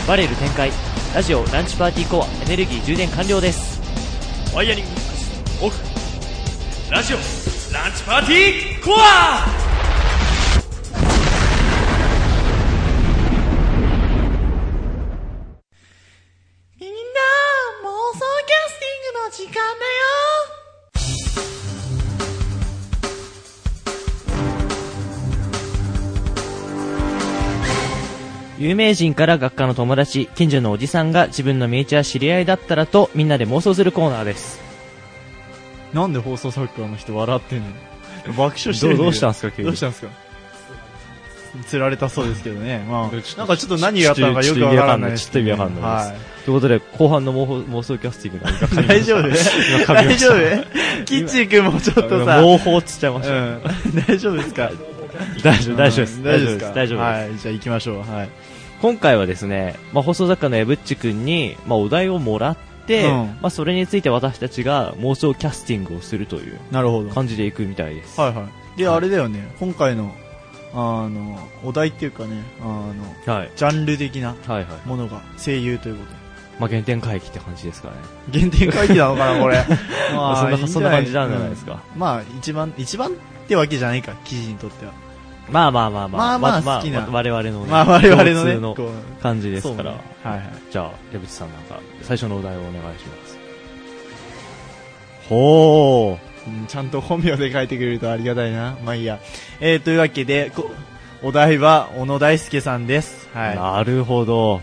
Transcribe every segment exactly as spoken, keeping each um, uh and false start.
バレル展開。ラジオランチパーティーコア、エネルギー充電完了です。 ワイヤリングオフ。ラジオランチパーティーコア。 みんな妄想キャスティングの時間だよ。 有名人から学科の友達、近所のおじさんが自分の身内や知り合いだったらとみんなで妄想するコーナーです。 なんで放送作家の人笑ってんの？爆笑してるんだよ。 どうしたんすか急に。 どうしたんすか？釣られたそうですけどね。まあ、なんかちょっと何があったのかよくわからないです、 ちょっと意味わかんないです。ということで、後半の妄妄想キャスティングが今大丈夫大丈夫キッチン君もちょっとさ。 妄報っつっちゃいました。 うん。大丈夫ですか？ 大丈夫、大丈夫です。 大丈夫ですか？ 大丈夫です。 はい、じゃあ行きましょう。はい。 今回はですね、まあ、放送作家のエブッチ君に、まあ、お題をもらって、うん、まあ、それについて私たちが妄想キャスティングをするという感じでいくみたいです。 はいはい。で、はい、あれだよね、今回の、あの、お題っていうかね、あの、はい、ジャンル的なものが声優ということで。 まあ、原点回帰って感じですかね。 原点回帰なのかな、これ。 まあ、そんな、そんな感じなんじゃないですか。 うん、まあ、一番、一番ってわけじゃないか、記事にとっては。 まあまあまあまあ。 まあまあ好きな。 我々のね。 まあ我々のね。 の感じですから。 ね、はいはい。 じゃあ、矢渕さんなんか、最初のお題をお願いします。ほー。うん、ちゃんと本名で書いてくれるとありがたいな。まあいいや。えー、というわけで、お題は、小野大輔さんです。はい。 なるほど。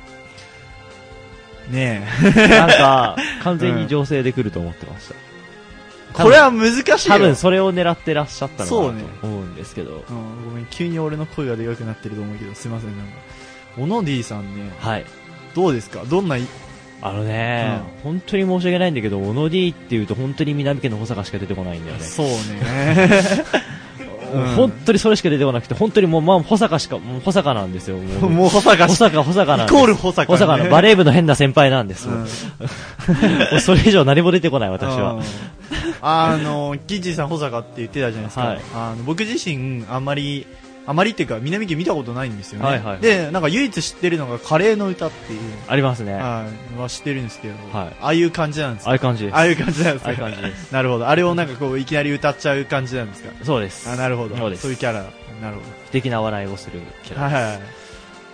ねえ。なんか、完全に女性で来ると思ってました。うんこれは難しいよ。 多分それを狙ってらっしゃったのかなと思うんですけど、ねうん、ごめん急に俺の声がでかくなってると思うけどすいません。なんか小野 D さんね、 はい、 どうですか？どんなあのね、うん、本当に申し訳ないんだけど小野 D っていうと本当に南家の保坂しか出てこないんだよね。 そうねうん、本当にそれしか出てこなくて本当にもうまあ保坂しかもう保坂なんですよ。もうもう保坂保坂保坂なんです。 イコール保坂、ね、 保坂のバレー部の変な先輩なんです。うん、もうそれ以上何も出てこない私は。 あのキッチンさん保坂って言ってたじゃないですか。はい、あの僕自身あんまりあまりっていうか南家見たことないんですよね。はいはいはい、でなんか唯一知ってるのがカレーの歌っていうありますね。 はい、は知ってるんですけど、はい、ああいう感じなんですか？ ああいう感じです。 ああいう感じなんですか？ ああいう感じです。 なるほど。あれをなんかこういきなり歌っちゃう感じなんですか？ そうです。 あなるほど。 そうです。 そういうキャラ。なるほど。 素敵な笑いをするキャラです。はいはい。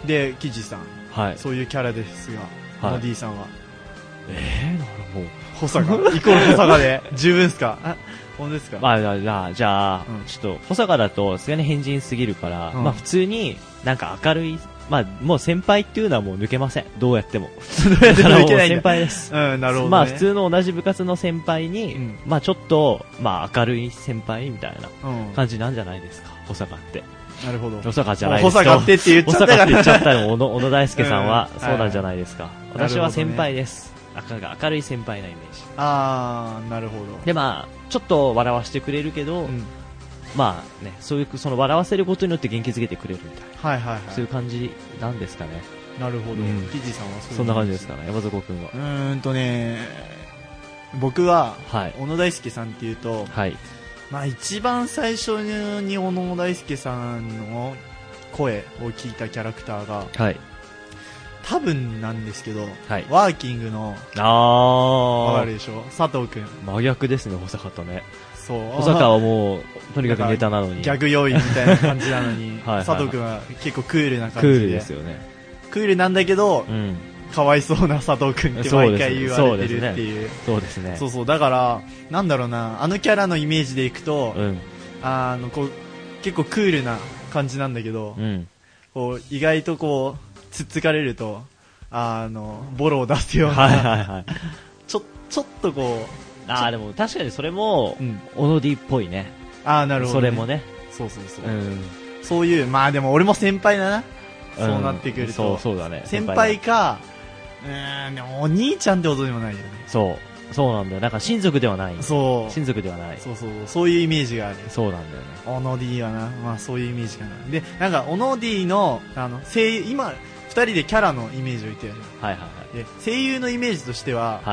でキッチンさん、はい、そういうキャラですが、はい、D さんはえー、なるほど。 保坂イコール保坂で十分ですか？本当ですか？ まあ、じゃあ、じゃあ、うん、ちょっと、保坂だと、さすがに変人すぎるから、うん、まあ普通に、なんか明るい、まあもう先輩っていうのはもう抜けません。どうやっても。 どうやっても抜けないんだ。 先輩です。 うん、なるほど、ね。 まあ普通の同じ部活の先輩に、うん、まあちょっと、まあ明るい先輩みたいな感じなんじゃないですか、保坂って。 なるほど。 保坂じゃないですか。 保坂ってって言っちゃったから。 保坂って言っちゃったの、小野、小野大輔さんは、そうなんじゃないですか。うんはい、私は先輩です。明るい先輩なイメージ。 あー、なるほど。 で、まあ、ちょっと笑わせてくれるけど、うん、まあね、そういう、その笑わせることによって元気づけてくれるみたいな。はいはいはい。そういう感じなんですかね。 なるほど。 うん、 キジさんはそういう。 そんな感じですかね、山底くんは。 うーんとね、僕は、はい、小野大輔さんっていうと、はい。まあ一番最初に小野大輔さんの声を聞いたキャラクターが、はい。多分なんですけど、はい、ワーキングの、あー。わかるでしょ？佐藤くん。 真逆ですね、保坂とね。そう。保坂はもう、とにかくネタなのに。 ギャグ要員みたいな感じなのに、はいはいはい、佐藤くんは結構クールな感じで。 クールですよね。 クールなんだけど、うん、かわいそうな佐藤くんって毎回言われてるっていう。 そうですね。 そうそう。だから、なんだろうな、あのキャラのイメージでいくと、うん、あの、こう、結構クールな感じなんだけど、うん、こう、意外とこう、つっつかれると、あの、ボロを出すような、はいはいはい、ちょ、ちょっとこう、 ああ、でも確かにそれも、うん、小野 D っぽいね。 ああ、なるほど、ね。 それもね。 そうそうそう。うん、そういう、まあでも俺も先輩だな。そうなってくると。 そう、そうだね。 先輩か、うーん、でもお兄ちゃんってことでもないよね。 そう。そうなんだよ。なんか親族ではない。 そう。 親族ではない。 そうそう。そういうイメージがある。 そうなんだよね。 小野 D はな、まあそういうイメージかな。で、なんか小野 D の、あの、声優、今、二人でキャラのイメージを言ってるじゃん。はいはいはい。で、声優のイメージとしては、はい。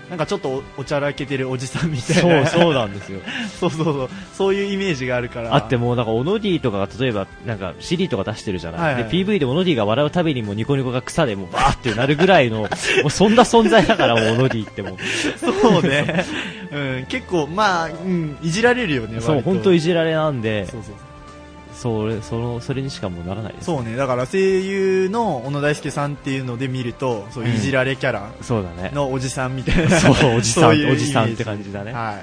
なんかちょっと お, おちゃらけてるおじさんみたいな。 そうそうなんですよ。 そうそうそう、そういうイメージがあるから。 あってもうなんかオノディとかが例えばなんか シーディー とか出してるじゃない。はいはい、で ピーブイ でオノディが笑うたびにもニコニコが草でもうバーってなるぐらいのもうそんな存在だからもうオノディってもう。 そうね。うん、結構まあ、うん、いじられるよね。 そう本当いじられなんで。 そうそうそう。 それ、その、それにしかもうならないです、 ね。そうね。だから声優の小野大輔さんっていうので見ると、そう、いじられキャラのおじさんみたいな。 そう、おじさん、おじさんって感じだね。 はい。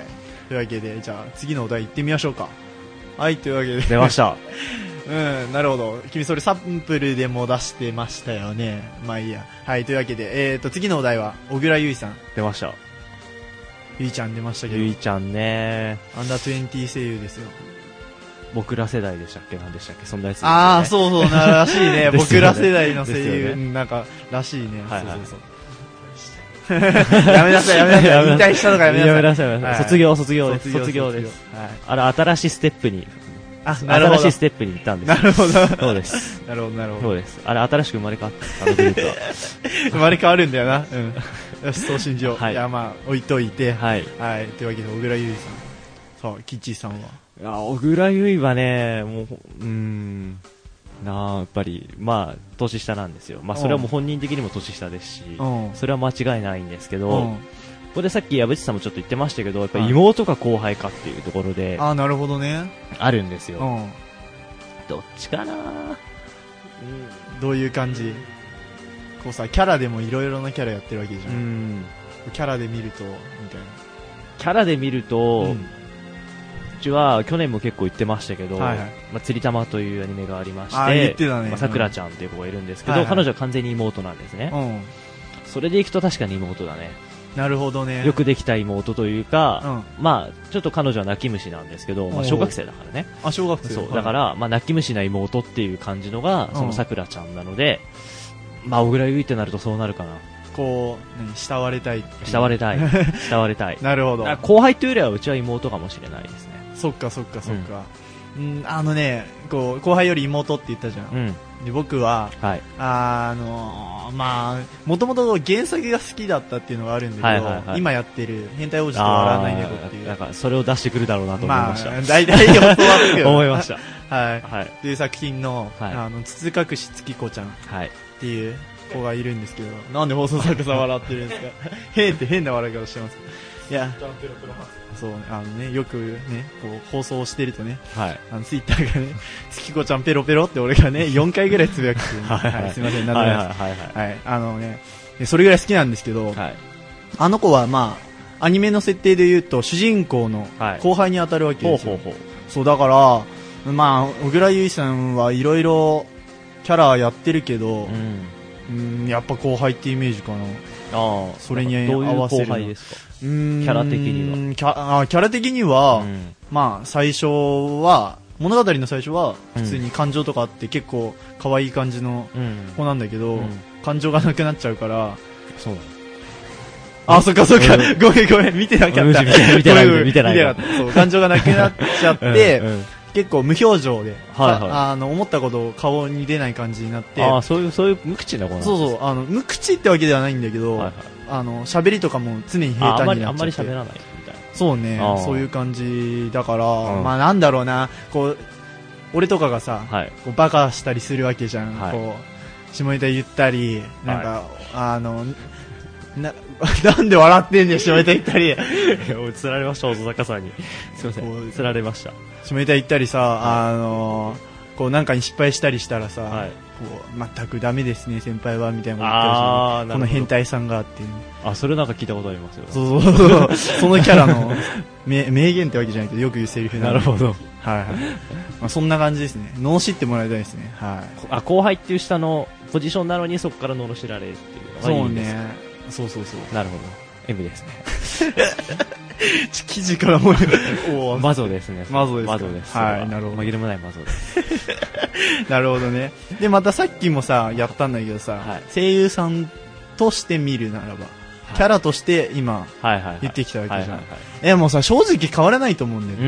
というわけで、じゃあ次のお題行ってみましょうか。はい、というわけで。 出ました。 うん、なるほど。君それサンプルでも出してましたよね。まあいいや。はい、というわけで、えっと、次のお題は、小倉優衣さん。 出ました。 ゆいちゃん出ましたけど。 ゆいちゃんね。 アンダーにじゅう声優ですよ。 僕ら世代でしたっけ何でしたっけそんなやつですよね。ああ、そうそう、ならしいね。僕ら世代の声優、ね、なんか、らしいね。はいはい、そうそうそう。やめなさい、やめなさい。引退したとかやめなさい。 やめなさい、やめなさい。卒業、卒業です。卒業です。はい。あれ、新しいステップに、 あ、なるほど。 新しいステップに行ったんです。 なるほど。 そうです。 なるほど、なるほど。 そうです。あれ、新しく生まれ変わった、あのグループは。 生まれ変わるんだよな。うん。よし、そう信じよう。はい。いや、まあ、置いといて。 はい。 はい。というわけで、小倉優衣さん。さあ、キッチーさんは。 いや、小倉優衣はね、もう、うーん、なあ、やっぱり、まあ、年下なんですよ。まあ、それはもう本人的にも年下ですし、それは間違いないんですけど、ここでさっき矢渕さんもちょっと言ってましたけど、やっぱり妹か後輩かっていうところで、 ああ、なるほどね。 あるんですよ。どっちかな、うん、 どういう感じこうさ、キャラでもいろいろなキャラやってるわけじゃん。うん、キャラで見ると、みたいな。 キャラで見ると、うんうちは去年も結構言ってましたけど、はいはい、まあ、釣り玉というアニメがありまして、ね、まあ、さくらちゃんという子がいるんですけど、はいはい、彼女は完全に妹なんですね、うん、それでいくと確かに妹だね。 なるほどね。 よくできた妹というか、うん、まあちょっと彼女は泣き虫なんですけど、まあ、小学生だからね。 あ、小学生。 そうだから、まあ、泣き虫な妹っていう感じのがそのさくらちゃんなので、うん、まあ小倉優衣ってなるとそうなるかな。 こう、ね、慕われたい。 慕われたい。慕われたい。 なるほど。 後輩というよりはうちは妹かもしれないですね。 そっかそっかそっか、うん、うん、あのね、こう後輩より妹って言ったじゃん、うん、で僕は、はい、あのー、まあもともと原作が好きだったっていうのがあるんだけど、はいはいはい、今やってる変態王子と笑わない猫っていう、 なんかそれを出してくるだろうなと思いました。まあ、 大体予想はつく思いました。 はい、はい、っていう作品の、はい、あの筒隠し月子ちゃんっていう子がいるんですけど、なんで放送作家さん笑ってるんですか。へーって変な笑い方してます。いや。そうあのね、よくねこう放送してるとね、はい、あのツイッターがね月子ちゃんペロペロって俺がねよんかいぐらいつぶやくっていう、ね、はい、はいはい、すみませんなんでもないです。はいはいはい、はい、あのねそれぐらい好きなんですけど、はい、あの子はまあアニメの設定で言うと主人公の後輩に当たるわけですよ。はい、ほうほうほう。そうだからまあ小倉優衣さんはいろいろキャラやってるけど、うん、うんやっぱ後輩ってイメージかな。ああ、それに合わせる。どういう後輩ですか？キャラ的にはキャあキャラ的には、うん、まあ最初は物語の最初は普通に感情とかあって結構可愛い感じの子なんだけど、うん、感情がなくなっちゃうから、そうあそっかそっか、ごめんごめん見てなかった、見てない見てない見てなかった。そう感情がなくなっちゃってうん、うん、結構無表情で、はいはい、あの思ったことを顔に出ない感じになって、あそういうそういう無口な子なんですか。そうそう、あの無口ってわけではないんだけど、はいはい、あの喋りとかも常に平坦になっちゃって、あんまり喋らないみたいな。そうね、そういう感じだから、うん、まあなんだろうな、こう俺とかがさ、はい、こうバカしたりするわけじゃん、はい、こう下ネタ言ったりなんか、はい、あのななんで笑ってんねん下ネタ言ったりつられました小坂さんにすいませんつられました。 下ネタ言ったりさ、はい、あのこうなんかに失敗したりしたらさ、はい、こう全くダメですね先輩はみたいなこと言ってるし、この変態さんがっていう、 あそれなんか聞いたことありますよ。 そうそうそうそのキャラの名言ってわけじゃないけどよく言うセリフなるほど、はいはい、まあ、そんな感じですね。罵ってもらいたいですね。はい、 あ後輩っていう下のポジションなのにそこから罵られるっていうのがいいんです。そうね、 そうそうそう。 なるほど。エムですね。 記事からもおマゾですね。 マゾです。 マゾです。 はい、なるほど。 紛れもないマゾです。 なるほどね。で、またさっきもさ、やったんだけどさ、はい、声優さんとして見るならば、はい、キャラとして今、はいはいはい、言ってきたわけじゃん。はいはいはい、え、もうさ、正直変わらないと思うんだよ。うん、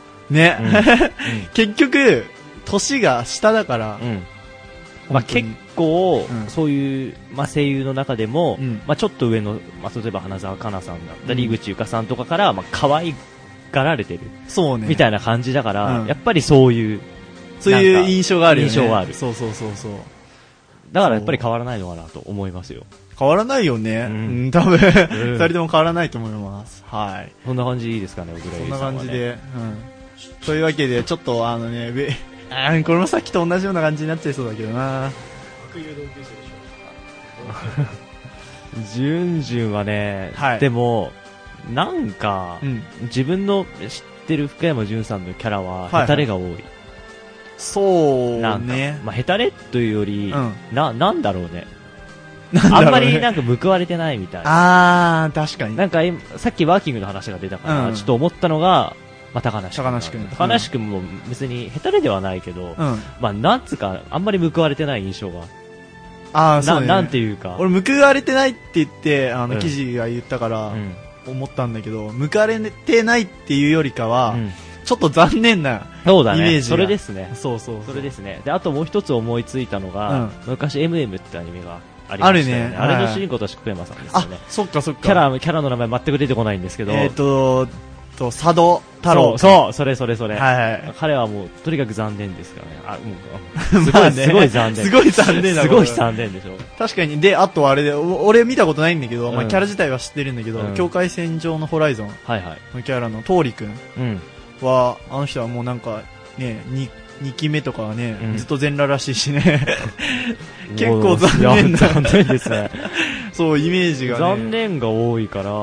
ね。うん、結局、年が下だから、うん、 まあ、結構、うん、そういう、まあ、声優の中でも、 うんまあ、ちょっと上の、まあ、例えば花澤香菜さんだったり、うん、井口ゆかさんとかから、まあ、可愛がられてる。 そうね。 みたいな感じだから、うん、やっぱりそういう、 そういう印象があるよね。 印象がある。 そうそうそうそう。 だからやっぱり変わらないのかなと思いますよ。 変わらないよね。うん、多分、二、うん、人とも変わらないと思います。はい。 そんな感じでいいですかね、小倉優衣さんは、ね。 そんな感じで。うん。というわけで、ちょっとあのね、上、あこれもさっきと同じような感じになっちゃいそうだけどな。悪友同級生でしょ。ジュンジュンはね、はい、でも、なんか、うん、自分の知ってる福山潤さんのキャラは、ヘタレが多い。はいはい、 そうなんね。 まあ、ヘタレというより、うん、な、なんだろうね。なんだろうね。あんまりなんか報われてないみたいな。あー、確かに。 なんか、さっきワーキングの話が出たから、うん、ちょっと思ったのが、まあ、高梨君。 高梨君。 高梨君も別にヘタレではないけど、うん、まあ、なんつうか、あんまり報われてない印象が。 あー、そうね。 なんていうか。 俺、報われてないって言って、あの、記事が言ったから、思ったんだけど、報われてないっていうよりかは、うんちょっと残念なイメージが。 そうだね。それですね。 そうそうそう。 それですね。で、あともう一つ思いついたのが、うん、昔 エムエム ってアニメがありましたよね。あるね。あれの主人公として福山さんですよね。 あ、そっかそっか。 キャラ、キャラの名前全く出てこないんですけど。 えっ、ー、と、と、佐渡太郎。 そう、そう、それそれそれ。 はいはい。 彼はもう、とにかく残念ですからね。あ、もう、すごい、ね、すごい残念。 すごい残念だすごい残念でしょ。 確かに。で、あとあれで、俺見たことないんだけど、うん、まあキャラ自体は知ってるんだけど、うん、境界線上のホライゾンのキャラのトーリくん。 うんは、あの人はもうなんか、ね、に、にきめとかはね、うん、ずっと全裸らしいしね。結構残念な。 残念ですね。 そう、イメージがね。 残念が多いから、うん、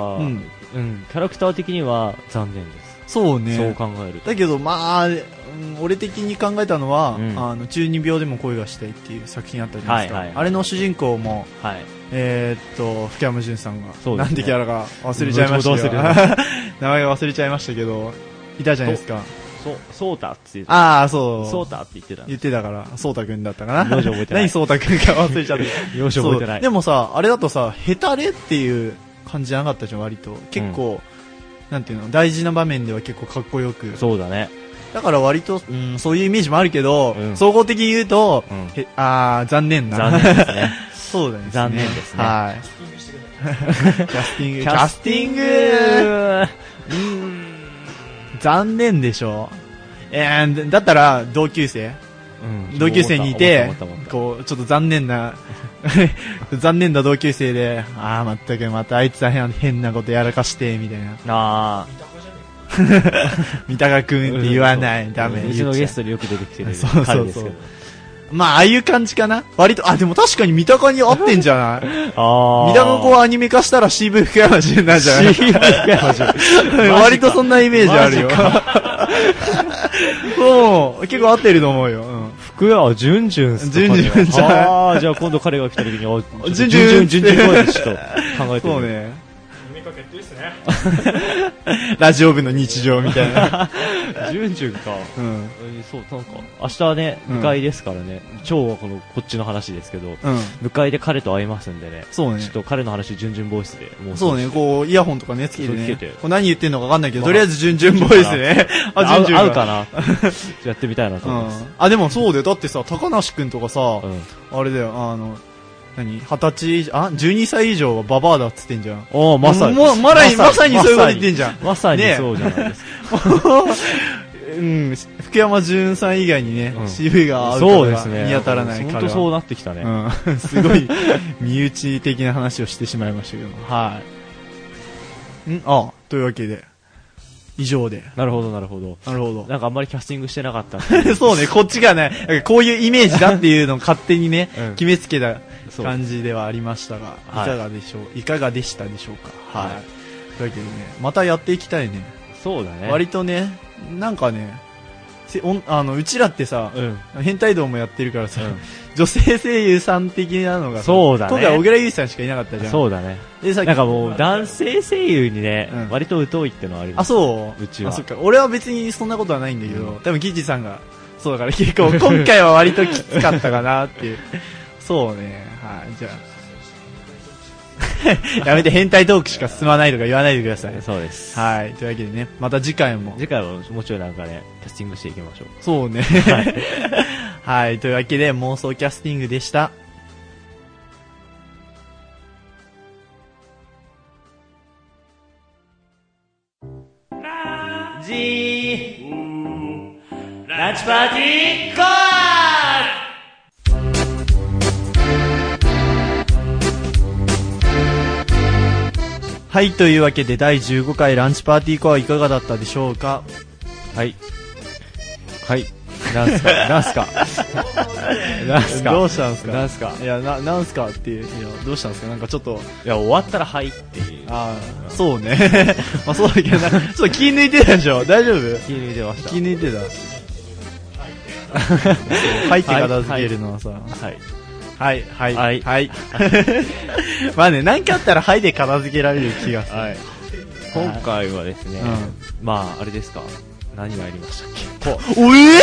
うん、キャラクター的には残念です。 そうね。 そう考えると。 だけど、まあ、うん、俺的に考えたのは、うん、あの、中二病でも恋がしたいっていう作品あったじゃないですか。はいはい、あれの主人公も、はい、えー、っと、福山潤さんが、ね、なんてキャラか忘れちゃいましたけど、名前が忘れちゃいましたけど、いたじゃないですか。 そう、そうたって言ってた。 ああ、そう。 そうたって言ってた。 言ってたから、そうたくんだったかな。 名字覚えてない。 何そうたくんか忘れちゃった。 名字覚えてない。 でもさ、あれだとさ、ヘタレっていう感じじゃなかったじゃん、割と。結構、うん、なんていうの、大事な場面では結構かっこよく。 そうだね。 だから割と、うん、そういうイメージもあるけど、うん、総合的に言うと、うん、へああ、残念な。 残念ですね。 そうだね。 残念ですね。 はい。キャスティング。 キャスティングうーん。残念でしょ。えー、だったら、同級生、うん、同級生にいて、こう、ちょっと残念な、残念な同級生で、ああ、まったくまたあいつは変なことやらかして、みたいな。 ああ。 三鷹くんって言わない、うん、ダメ。 うちのゲストによく出てきてるそうそうそう。まあ、ああいう感じかな割と、あ、でも確かに三鷹に合ってんじゃないああ。三鷹の子はアニメ化したら シーブイ 福山潤なんじゃない ?シーブイ 福山潤。割とそんなイメージあるよ。そう、結構合ってると思うよ。うん、 福山潤潤っすか潤潤じゃないああ、じゃあ今度彼が来た時に、潤潤、潤潤声でちょっと考えてみる。 そうね。ラジオ部の日常みたいな。 順々か。 うん。 そう、なんか、明日はね、向かいですからね。今日はこの、こっちの話ですけど、うん、向かいで彼と会いますんでね。 そうね。 ちょっと彼の話、順々ボイスで。 もうそうね、こう、イヤホンとかね、つけてね。つけて。こう何言ってんのか分かんないけど、とりあえず順々ボイスでね。 あ、順々。合うかなやってみたいなと思います。 あ、でもそうだよ。だってさ、高梨くんとかさ、あれだよ、あの、何二十歳以上、あじゅうにさい以上はババアだっつってんじゃん。 おまさに。 もう、まさに、まさにそういうこと言ってんじゃん。 まさにそうじゃないですか。うん、福山潤さん以外にね、うん、シーブイ が合うから見当たらないから。 本当そうなってきたね。 うん、すごい、身内的な話をしてしまいましたけど。はい。んあ、というわけで。以上で。 なるほど、なるほど。 なるほど。 なんかあんまりキャスティングしてなかった。 そうね、こっちがね、こういうイメージだっていうのを勝手にね、うん、決めつけた感じではありましたが、いかがでしょう、はい、いかがでしたでしょうか。はい。はい、というわけでね、またやっていきたいね。 そうだね。 割とね、なんかね、あのうちらってさ、うん、変態道もやってるからさ、うん、女性声優さん的なのがさ、 そうだね、 今回小倉優衣さんしかいなかったじゃん。 そうだね。でさ、なんかもう男性声優にね、うん、割と疎いってのはある。 あ、そう。 うちは。 あ、そっか。俺は別にそんなことはないんだけど、うん、多分キッチさんがそうだから結構今回は割ときつかったかなっていう。そうね。はい、じゃあ。やめて変態トークしか進まないとか言わないでください。 そうです。 はい。というわけでね、また次回も。 次回はもうちょいなんかね、キャスティングしていきましょう。 そうね。はい。はい。というわけで妄想キャスティングでした。 チランチパーティーコアはい、というわけでだいじゅうごかいランチパーティーコアいかがだったでしょうか。 はいはいなんすかなんすかなんすかどうしたんすかなんすかいや、な、なんすかっていう、いや、どうしたんすかなんかちょっと。 いや、終わったらはいっていう。 ああ、そうね。まあそうだけどな、ちょっと気抜いてたでしょ大丈夫？ 気抜いてました。 気抜いてた。はいって片付けるのはさ。はい。はい、はい、はい。はい。まあね、なんかあったらはいで片付けられる気がする。はい。 今回はですね、うん、まあ、あれですか。何がやりましたっけ？ おえー、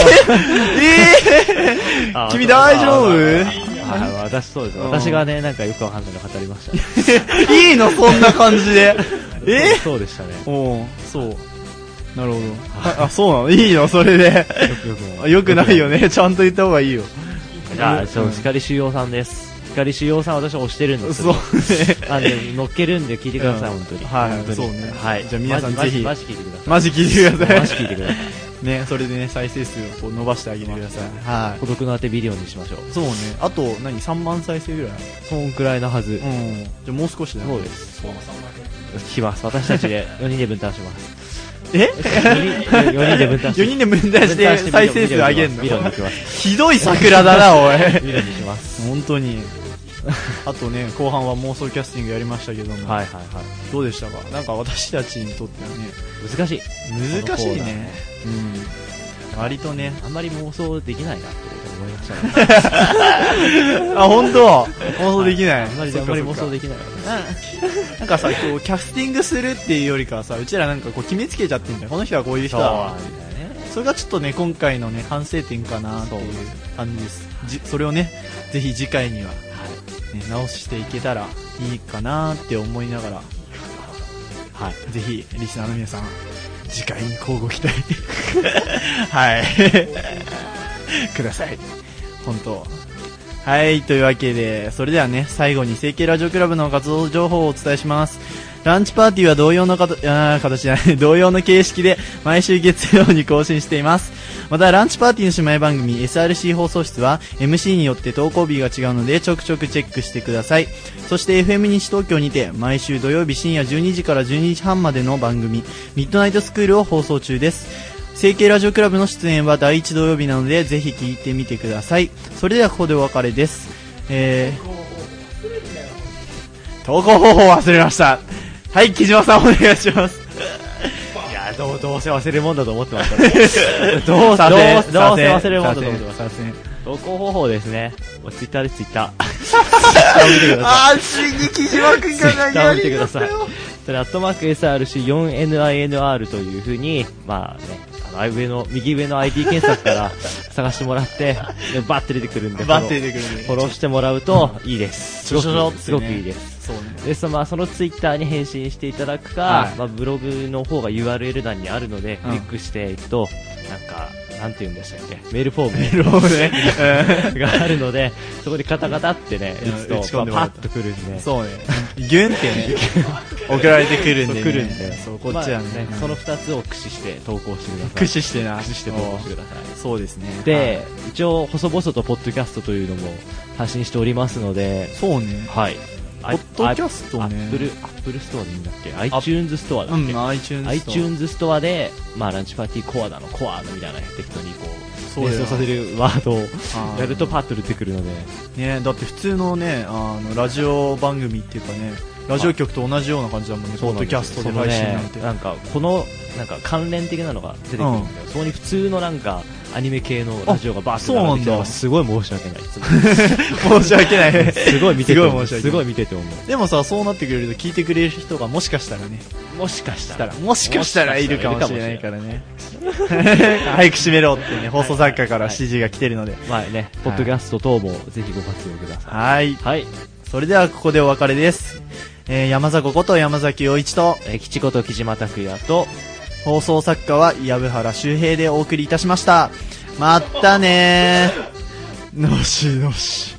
えー、君大丈夫？ はい、私そうです。私がね、なんかよくわかんないの語りましたね。 いいのそんな感じで。えー、 そうでしたね。 おそう。なるほど。あ、そうなのいいのそれで。よくよくよくないよね。ちゃんと言った方がいいよ。 じゃあ、そう、光修陽さんです。光修陽さん私は推してるんですそうね。 あの、乗っけるんで聞いてください、本当に。 はい、そうね。 はい。 じゃあ皆さんぜひ。 マジ聞いてください。 マジ聞いてください。 マジ聞いてください。 ね、それでね、再生数をこう伸ばしてあげてください。はい。 孤独の果てビデオにしましょう。 そうね。あと、何 ?さんまん再生ぐらいそんくらいのはず。うん。 じゃあもう少しだよ。 そうです。そう。聞きます。私たちでよにんで分担します。 え ?よにんで分担して。 よにんで分担して再生数上げるのビデオに行きます。 ひどい桜だな、おい。 ビデオにします。 本当に。あとね、後半は妄想キャスティングやりましたけども。はいはいはい。どうでしたか？なんか私たちにとってはね。 難しい。 難しいね。うん。割とね、 あんまり妄想できないなって思いましたね。 あ、本当妄想できない。 あんまり妄想できない。 なんかさ、こう、キャスティングするっていうよりかはさ、うちらなんかこう決めつけちゃってんじゃん。この人はこういう人だわ。それがちょっとね、今回のね、反省点かなっていう感じです。じそれをね、ぜひ次回には、ね、直していけたらいいかなって思いながら、はい、ぜひリスナーの皆さん次回に乞うご期待はいください本当。はい、というわけでそれではね、最後に成形ラジオクラブの活動情報をお伝えします。ランチパーティーは同様のかたあ形じゃない同様の形式で毎週月曜に更新しています。またランチパーティーの姉妹番組 エスアールシー 放送室は エムシー によって投稿日が違うのでちょくちょくチェックしてください。そして エフエム 西東京にて毎週土曜日深夜じゅうにじからじゅうにじはんまでの番組ミッドナイトスクールを放送中です。成形ラジオクラブの出演はだいいち土曜日なのでぜひ聞いてみてください。それではここでお別れです。えー、投稿方法忘れました。はい、木島さんお願いします。 いや、どう、どうせ忘れるもんだと思ってましたね。どうせ、どうせ忘れるもんだと思ってました。投稿方法ですね。ツイッターです、ツイッター。 あー、ついに木島くんが何やりましたよ。 それ、アットマーク エスアールシーよんエヌアイエヌアール という風に、まあね、あの、上の、右上の アイディー 検索から探してもらって、でバッて出てくるんで、 バッて出てくるんで、 フォローしてもらうといいです。すごく、すごくいいです。 そうね。 で、その、まあ、そのツイッターに返信していただくか、はい、まあ、ブログの方が ユーアールエル 欄にあるので、クリックしていくと、なんか、なんて言うんでしたっけ、メールフォーム、 メールフォームねがあるので、そこでカタカタってね、打つと、まあ、パッとくるんで、 そうね、ギュンってね、送られてくるんで、ね、 来るんで、 そう、こっちはね、 まあ、ね、その二つを駆使して投稿してください。 駆使してな、 駆使して投稿してください。 そうですね。 で、一応細々とポッドキャストというのも発信しておりますので、 そうね。 はい。 ポッドキャストね。 アップル、アップルストアでいいんだっけ ?iTunes ストアだっけ、 うん、iTunes ストア。iTunes ストアで、まあ、ランチパーティーコアだの、コアのみたいな適当にこう、連想させるワードをやるとパッと出てくるので。 ね、だって普通のね、あの、ラジオ番組っていうかね、ラジオ局と同じような感じだもんね、ポッドキャストで配信なんて。 なんか、この、なんか関連的なのが出てくるんだよ。そこに普通のなんか、アニメ系のラジオがバーッと並んできたらすごい申し訳ない。 申し訳ない。 すごい見てて思う。すごい見てて思う。 でもさ、そうなってくれると聞いてくれる人がもしかしたらね。 もしかしたら。 もしかしたらいるかもしれないからね。早く閉めろってね、放送作家から指示が来てるので。 まあね、ポッドキャスト等もぜひご活用ください。 はい。はい。それではここでお別れです。えー、山迫こと山崎陽一と、 えー、吉こと木島拓也と、 放送作家は藪原周平でお送りいたしました。まったねー。のしのし。